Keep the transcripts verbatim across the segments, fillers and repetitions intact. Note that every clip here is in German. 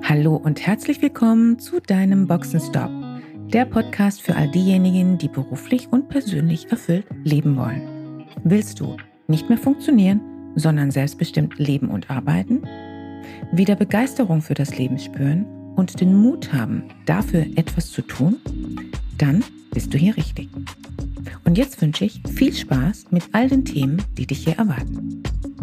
Hallo und herzlich willkommen zu deinem Boxenstopp, der Podcast für all diejenigen, die beruflich und persönlich erfüllt leben wollen. Willst du nicht mehr funktionieren, sondern selbstbestimmt leben und arbeiten? Wieder Begeisterung für das Leben spüren und den Mut haben, dafür etwas zu tun? Dann bist du hier richtig. Und jetzt wünsche ich viel Spaß mit all den Themen, die dich hier erwarten.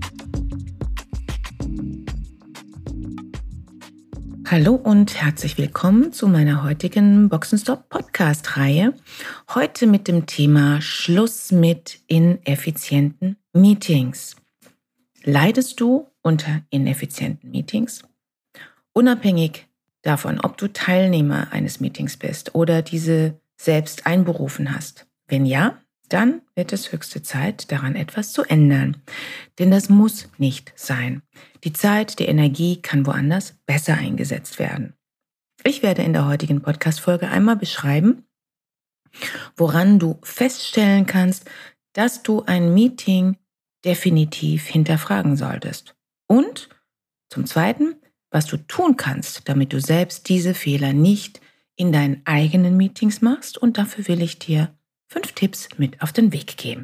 Hallo und herzlich willkommen zu meiner heutigen Boxenstopp-Podcast-Reihe. Heute mit dem Thema Schluss mit ineffizienten Meetings. Leidest du unter ineffizienten Meetings? Unabhängig davon, ob du Teilnehmer eines Meetings bist oder diese selbst einberufen hast. Wenn ja, dann wird es höchste Zeit, daran etwas zu ändern. Denn das muss nicht sein. Die Zeit, die Energie kann woanders besser eingesetzt werden. Ich werde in der heutigen Podcast-Folge einmal beschreiben, woran du feststellen kannst, dass du ein Meeting definitiv hinterfragen solltest. Und zum Zweiten, was du tun kannst, damit du selbst diese Fehler nicht in deinen eigenen Meetings machst. Und dafür will ich dir fünf Tipps mit auf den Weg geben.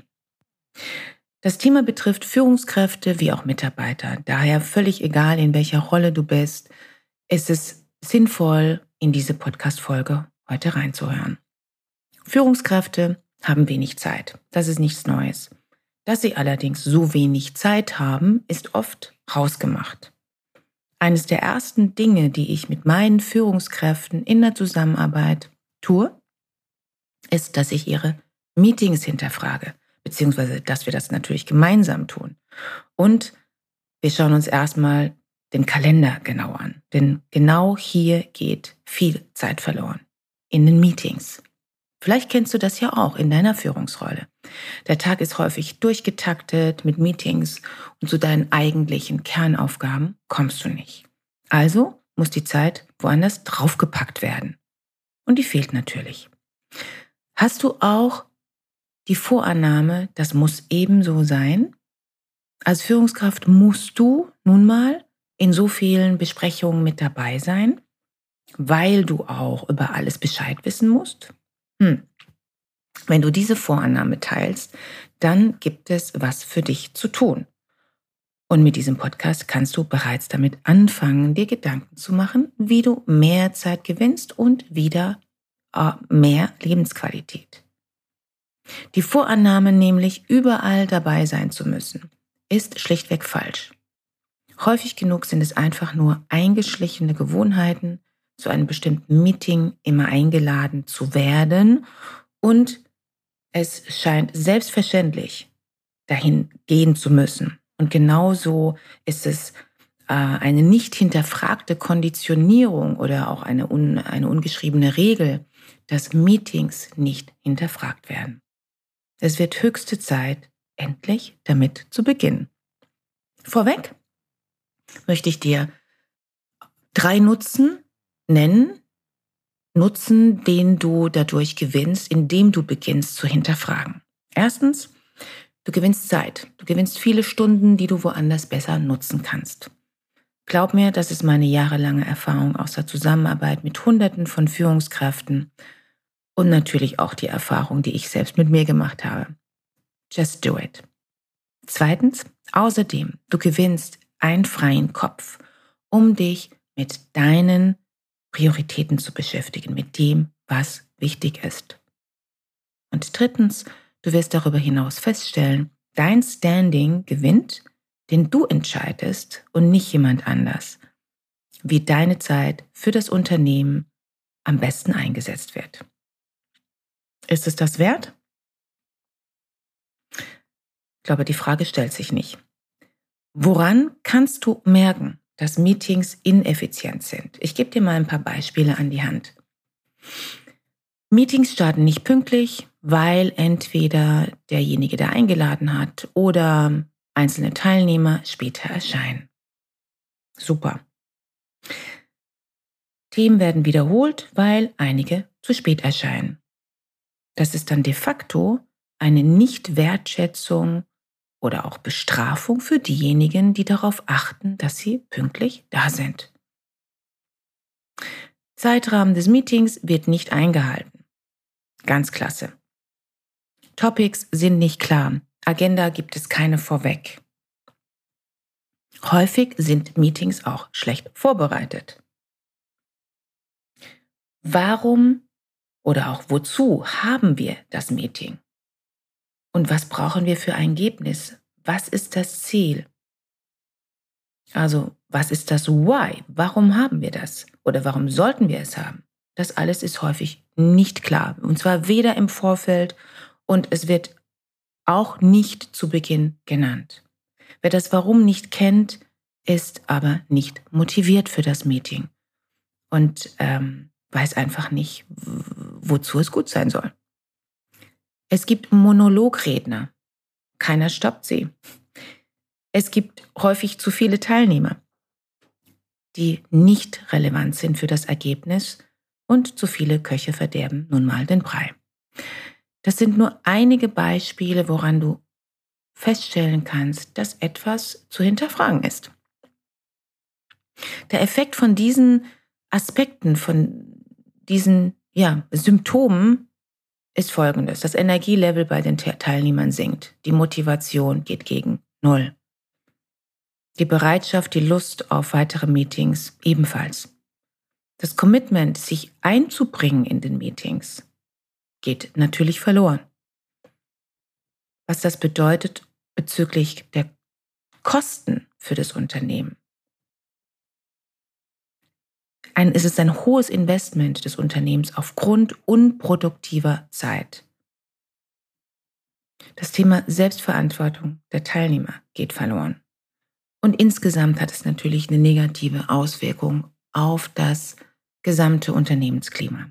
Das Thema betrifft Führungskräfte wie auch Mitarbeiter. Daher völlig egal, in welcher Rolle du bist, ist es sinnvoll, in diese Podcast-Folge heute reinzuhören. Führungskräfte haben wenig Zeit. Das ist nichts Neues. Dass sie allerdings so wenig Zeit haben, ist oft hausgemacht. Eines der ersten Dinge, die ich mit meinen Führungskräften in der Zusammenarbeit tue, ist, dass ich ihre Meetings hinterfrage, beziehungsweise dass wir das natürlich gemeinsam tun. Und wir schauen uns erstmal den Kalender genau an, denn genau hier geht viel Zeit verloren, in den Meetings. Vielleicht kennst du das ja auch in deiner Führungsrolle. Der Tag ist häufig durchgetaktet mit Meetings und zu deinen eigentlichen Kernaufgaben kommst du nicht. Also muss die Zeit woanders draufgepackt werden. Und die fehlt natürlich. Hast du auch die Vorannahme, das muss ebenso sein? Als Führungskraft musst du nun mal in so vielen Besprechungen mit dabei sein, weil du auch über alles Bescheid wissen musst? Hm. Wenn du diese Vorannahme teilst, dann gibt es was für dich zu tun. Und mit diesem Podcast kannst du bereits damit anfangen, dir Gedanken zu machen, wie du mehr Zeit gewinnst und wieder mehr Lebensqualität. Die Vorannahme, nämlich überall dabei sein zu müssen, ist schlichtweg falsch. Häufig genug sind es einfach nur eingeschlichene Gewohnheiten, zu einem bestimmten Meeting immer eingeladen zu werden und es scheint selbstverständlich, dahin gehen zu müssen. Und genauso ist es äh, eine nicht hinterfragte Konditionierung oder auch eine, un, eine ungeschriebene Regel, dass Meetings nicht hinterfragt werden. Es wird höchste Zeit, endlich damit zu beginnen. Vorweg möchte ich dir drei Nutzen nennen, Nutzen, den du dadurch gewinnst, indem du beginnst zu hinterfragen. Erstens, du gewinnst Zeit. Du gewinnst viele Stunden, die du woanders besser nutzen kannst. Glaub mir, das ist meine jahrelange Erfahrung aus der Zusammenarbeit mit Hunderten von Führungskräften und natürlich auch die Erfahrung, die ich selbst mit mir gemacht habe. Just do it. Zweitens, außerdem, du gewinnst einen freien Kopf, um dich mit deinen Prioritäten zu beschäftigen, mit dem, was wichtig ist. Und drittens, du wirst darüber hinaus feststellen, dein Standing gewinnt, denn du entscheidest und nicht jemand anders, wie deine Zeit für das Unternehmen am besten eingesetzt wird. Ist es das wert? Ich glaube, die Frage stellt sich nicht. Woran kannst du merken, dass Meetings ineffizient sind? Ich gebe dir mal ein paar Beispiele an die Hand. Meetings starten nicht pünktlich, weil entweder derjenige, der eingeladen hat, oder einzelne Teilnehmer später erscheinen. Super. Themen werden wiederholt, weil einige zu spät erscheinen. Das ist dann de facto eine Nichtwertschätzung oder auch Bestrafung für diejenigen, die darauf achten, dass sie pünktlich da sind. Zeitrahmen des Meetings wird nicht eingehalten. Ganz klasse. Topics sind nicht klar. Agenda gibt es keine vorweg. Häufig sind Meetings auch schlecht vorbereitet. Warum oder auch wozu haben wir das Meeting? Und was brauchen wir für ein Ergebnis? Was ist das Ziel? Also, was ist das Why? Warum haben wir das? Oder warum sollten wir es haben? Das alles ist häufig nicht klar. Und zwar weder im Vorfeld und es wird auch nicht zu Beginn genannt. Wer das Warum nicht kennt, ist aber nicht motiviert für das Meeting und ähm, weiß einfach nicht, w- wozu es gut sein soll. Es gibt Monologredner. Keiner stoppt sie. Es gibt häufig zu viele Teilnehmer, die nicht relevant sind für das Ergebnis und zu viele Köche verderben nun mal den Brei. Das sind nur einige Beispiele, woran du feststellen kannst, dass etwas zu hinterfragen ist. Der Effekt von diesen Aspekten, von diesen ja, Symptomen ist folgendes. Das Energielevel bei den Teilnehmern sinkt. Die Motivation geht gegen Null. Die Bereitschaft, die Lust auf weitere Meetings ebenfalls. Das Commitment, sich einzubringen in den Meetings, geht natürlich verloren. Was das bedeutet bezüglich der Kosten für das Unternehmen. Ein, es ist ein hohes Investment des Unternehmens aufgrund unproduktiver Zeit. Das Thema Selbstverantwortung der Teilnehmer geht verloren. Und insgesamt hat es natürlich eine negative Auswirkung auf das gesamte Unternehmensklima.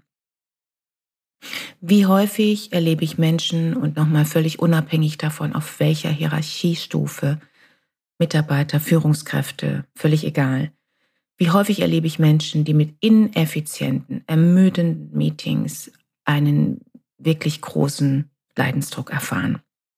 Wie häufig erlebe ich Menschen und nochmal völlig unabhängig davon, auf welcher Hierarchiestufe, Mitarbeiter, Führungskräfte, völlig egal. Wie häufig erlebe ich Menschen, die mit ineffizienten, ermüdenden Meetings einen wirklich großen Leidensdruck erfahren.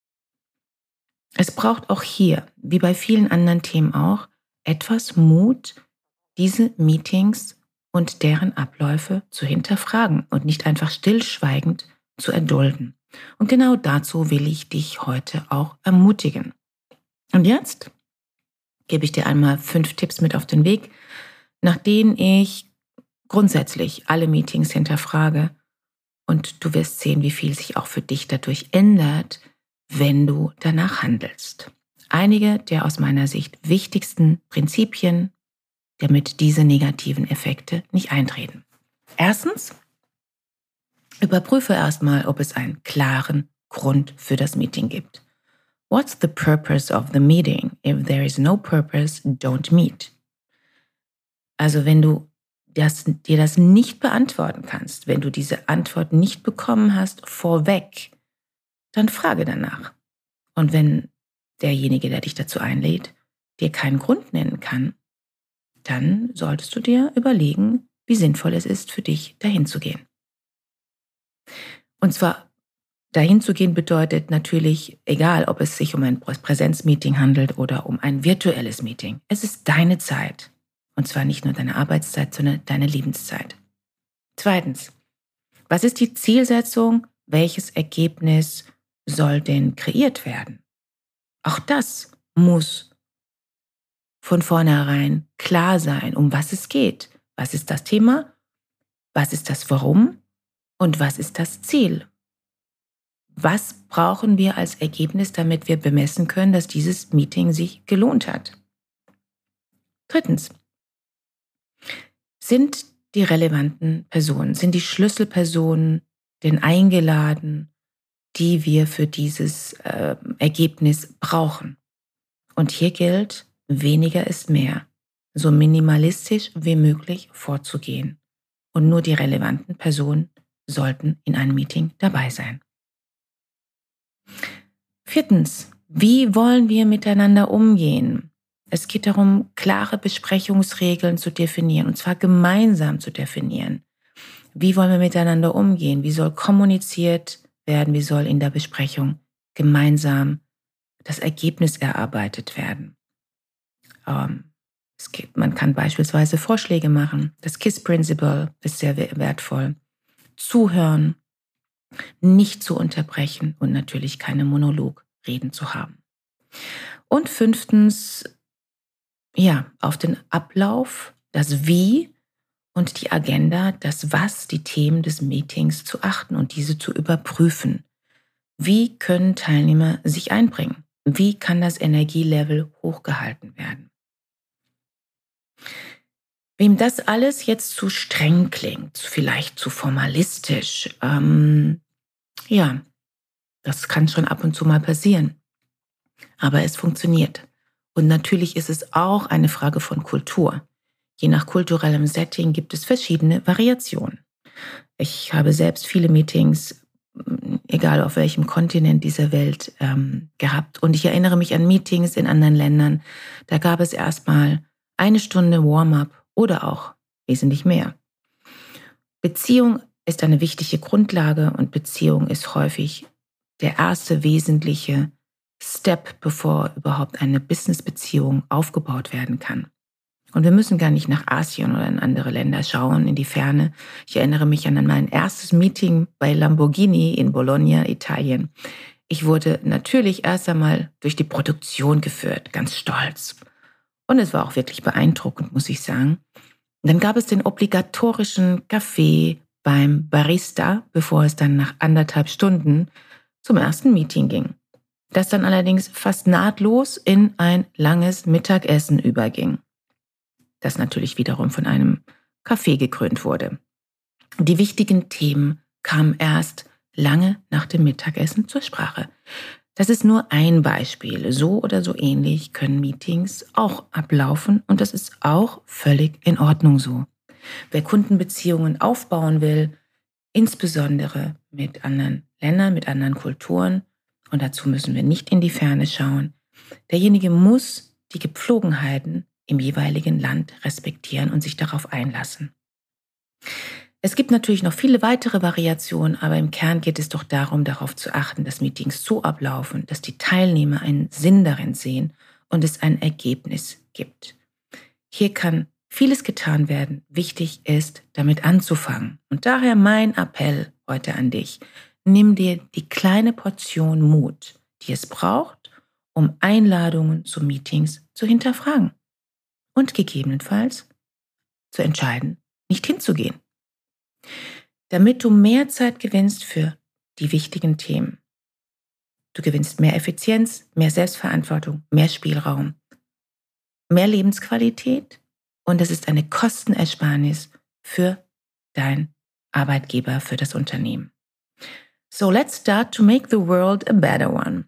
Es braucht auch hier, wie bei vielen anderen Themen auch, etwas Mut, diese Meetings und deren Abläufe zu hinterfragen und nicht einfach stillschweigend zu erdulden. Und genau dazu will ich dich heute auch ermutigen. Und jetzt gebe ich dir einmal fünf Tipps mit auf den Weg, nach denen ich grundsätzlich alle Meetings hinterfrage. Und du wirst sehen, wie viel sich auch für dich dadurch ändert, wenn du danach handelst. Einige der aus meiner Sicht wichtigsten Prinzipien, damit diese negativen Effekte nicht eintreten. Erstens, überprüfe erstmal, ob es einen klaren Grund für das Meeting gibt. What's the purpose of the meeting? If there is no purpose, don't meet. Also wenn du das, dir das nicht beantworten kannst, wenn du diese Antwort nicht bekommen hast vorweg, dann frage danach. Und wenn derjenige, der dich dazu einlädt, dir keinen Grund nennen kann, dann solltest du dir überlegen, wie sinnvoll es ist für dich, dahin zu gehen. Und zwar dahin zu gehen bedeutet natürlich, egal ob es sich um ein Präsenzmeeting handelt oder um ein virtuelles Meeting, es ist deine Zeit. Und zwar nicht nur deine Arbeitszeit, sondern deine Lebenszeit. Zweitens, was ist die Zielsetzung? Welches Ergebnis soll denn kreiert werden? Auch das muss von vornherein klar sein, um was es geht. Was ist das Thema? Was ist das Warum? Und was ist das Ziel? Was brauchen wir als Ergebnis, damit wir bemessen können, dass dieses Meeting sich gelohnt hat? Drittens, sind die relevanten Personen, sind die Schlüsselpersonen denn eingeladen, die wir für dieses äh, Ergebnis brauchen? Und hier gilt, weniger ist mehr, so minimalistisch wie möglich vorzugehen. Und nur die relevanten Personen sollten in einem Meeting dabei sein. Viertens, wie wollen wir miteinander umgehen? Es geht darum, klare Besprechungsregeln zu definieren, und zwar gemeinsam zu definieren. Wie wollen wir miteinander umgehen? Wie soll kommuniziert werden? Wie soll in der Besprechung gemeinsam das Ergebnis erarbeitet werden? Ähm, Es gibt, man kann beispielsweise Vorschläge machen. Das KISS Principle ist sehr wertvoll. Zuhören, nicht zu unterbrechen und natürlich keine Monologreden zu haben. Und fünftens, ja, auf den Ablauf, das Wie und die Agenda, das Was, die Themen des Meetings zu achten und diese zu überprüfen. Wie können Teilnehmer sich einbringen? Wie kann das Energielevel hochgehalten werden? Wem das alles jetzt zu streng klingt, vielleicht zu formalistisch, ähm, ja, das kann schon ab und zu mal passieren. Aber es funktioniert. Und natürlich ist es auch eine Frage von Kultur. Je nach kulturellem Setting gibt es verschiedene Variationen. Ich habe selbst viele Meetings, egal auf welchem Kontinent dieser Welt, ähm, gehabt. Und ich erinnere mich an Meetings in anderen Ländern. Da gab es erstmal eine Stunde Warm-up oder auch wesentlich mehr. Beziehung ist eine wichtige Grundlage und Beziehung ist häufig der erste wesentliche Step, bevor überhaupt eine Business-Beziehung aufgebaut werden kann. Und wir müssen gar nicht nach Asien oder in andere Länder schauen, in die Ferne. Ich erinnere mich an mein erstes Meeting bei Lamborghini in Bologna, Italien. Ich wurde natürlich erst einmal durch die Produktion geführt, ganz stolz. Und es war auch wirklich beeindruckend, muss ich sagen. Und dann gab es den obligatorischen Kaffee beim Barista, bevor es dann nach anderthalb Stunden zum ersten Meeting ging. Das dann allerdings fast nahtlos in ein langes Mittagessen überging, das natürlich wiederum von einem Kaffee gekrönt wurde. Die wichtigen Themen kamen erst lange nach dem Mittagessen zur Sprache. Das ist nur ein Beispiel. So oder so ähnlich können Meetings auch ablaufen und das ist auch völlig in Ordnung so. Wer Kundenbeziehungen aufbauen will, insbesondere mit anderen Ländern, mit anderen Kulturen, und dazu müssen wir nicht in die Ferne schauen, derjenige muss die Gepflogenheiten im jeweiligen Land respektieren und sich darauf einlassen. Es gibt natürlich noch viele weitere Variationen, aber im Kern geht es doch darum, darauf zu achten, dass Meetings so ablaufen, dass die Teilnehmer einen Sinn darin sehen und es ein Ergebnis gibt. Hier kann vieles getan werden. Wichtig ist, damit anzufangen. Und daher mein Appell heute an dich. Nimm dir die kleine Portion Mut, die es braucht, um Einladungen zu Meetings zu hinterfragen. Und gegebenenfalls zu entscheiden, nicht hinzugehen. Damit du mehr Zeit gewinnst für die wichtigen Themen. Du gewinnst mehr Effizienz, mehr Selbstverantwortung, mehr Spielraum, mehr Lebensqualität und es ist eine Kostenersparnis für dein Arbeitgeber, für das Unternehmen. So let's start to make the world a better one.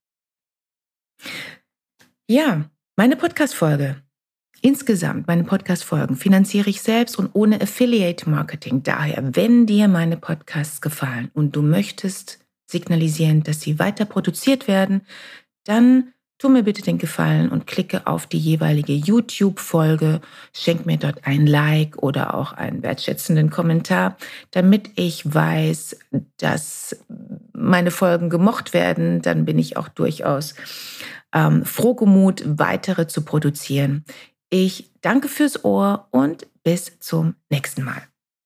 Ja, meine Podcast-Folge. Insgesamt, meine Podcast-Folgen finanziere ich selbst und ohne Affiliate-Marketing. Daher, wenn dir meine Podcasts gefallen und du möchtest signalisieren, dass sie weiter produziert werden, dann tu mir bitte den Gefallen und klicke auf die jeweilige YouTube-Folge, schenk mir dort ein Like oder auch einen wertschätzenden Kommentar, damit ich weiß, dass meine Folgen gemocht werden. Dann bin ich auch durchaus ähm, frohgemut, weitere zu produzieren. Ich danke fürs Ohr und bis zum nächsten Mal.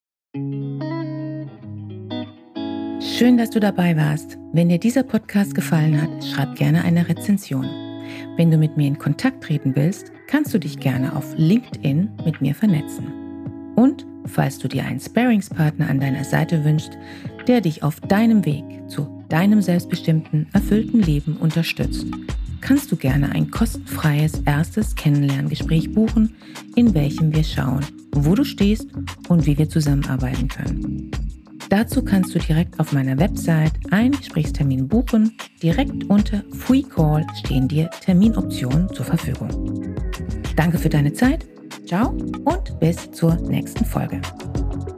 Schön, dass du dabei warst. Wenn dir dieser Podcast gefallen hat, schreib gerne eine Rezension. Wenn du mit mir in Kontakt treten willst, kannst du dich gerne auf LinkedIn mit mir vernetzen. Und falls du dir einen Sparringspartner an deiner Seite wünschst, der dich auf deinem Weg zu deinem selbstbestimmten, erfüllten Leben unterstützt, kannst du gerne ein kostenfreies erstes Kennenlerngespräch buchen, in welchem wir schauen, wo du stehst und wie wir zusammenarbeiten können. Dazu kannst du direkt auf meiner Website einen Gesprächstermin buchen. Direkt unter Free Call stehen dir Terminoptionen zur Verfügung. Danke für deine Zeit, ciao und bis zur nächsten Folge.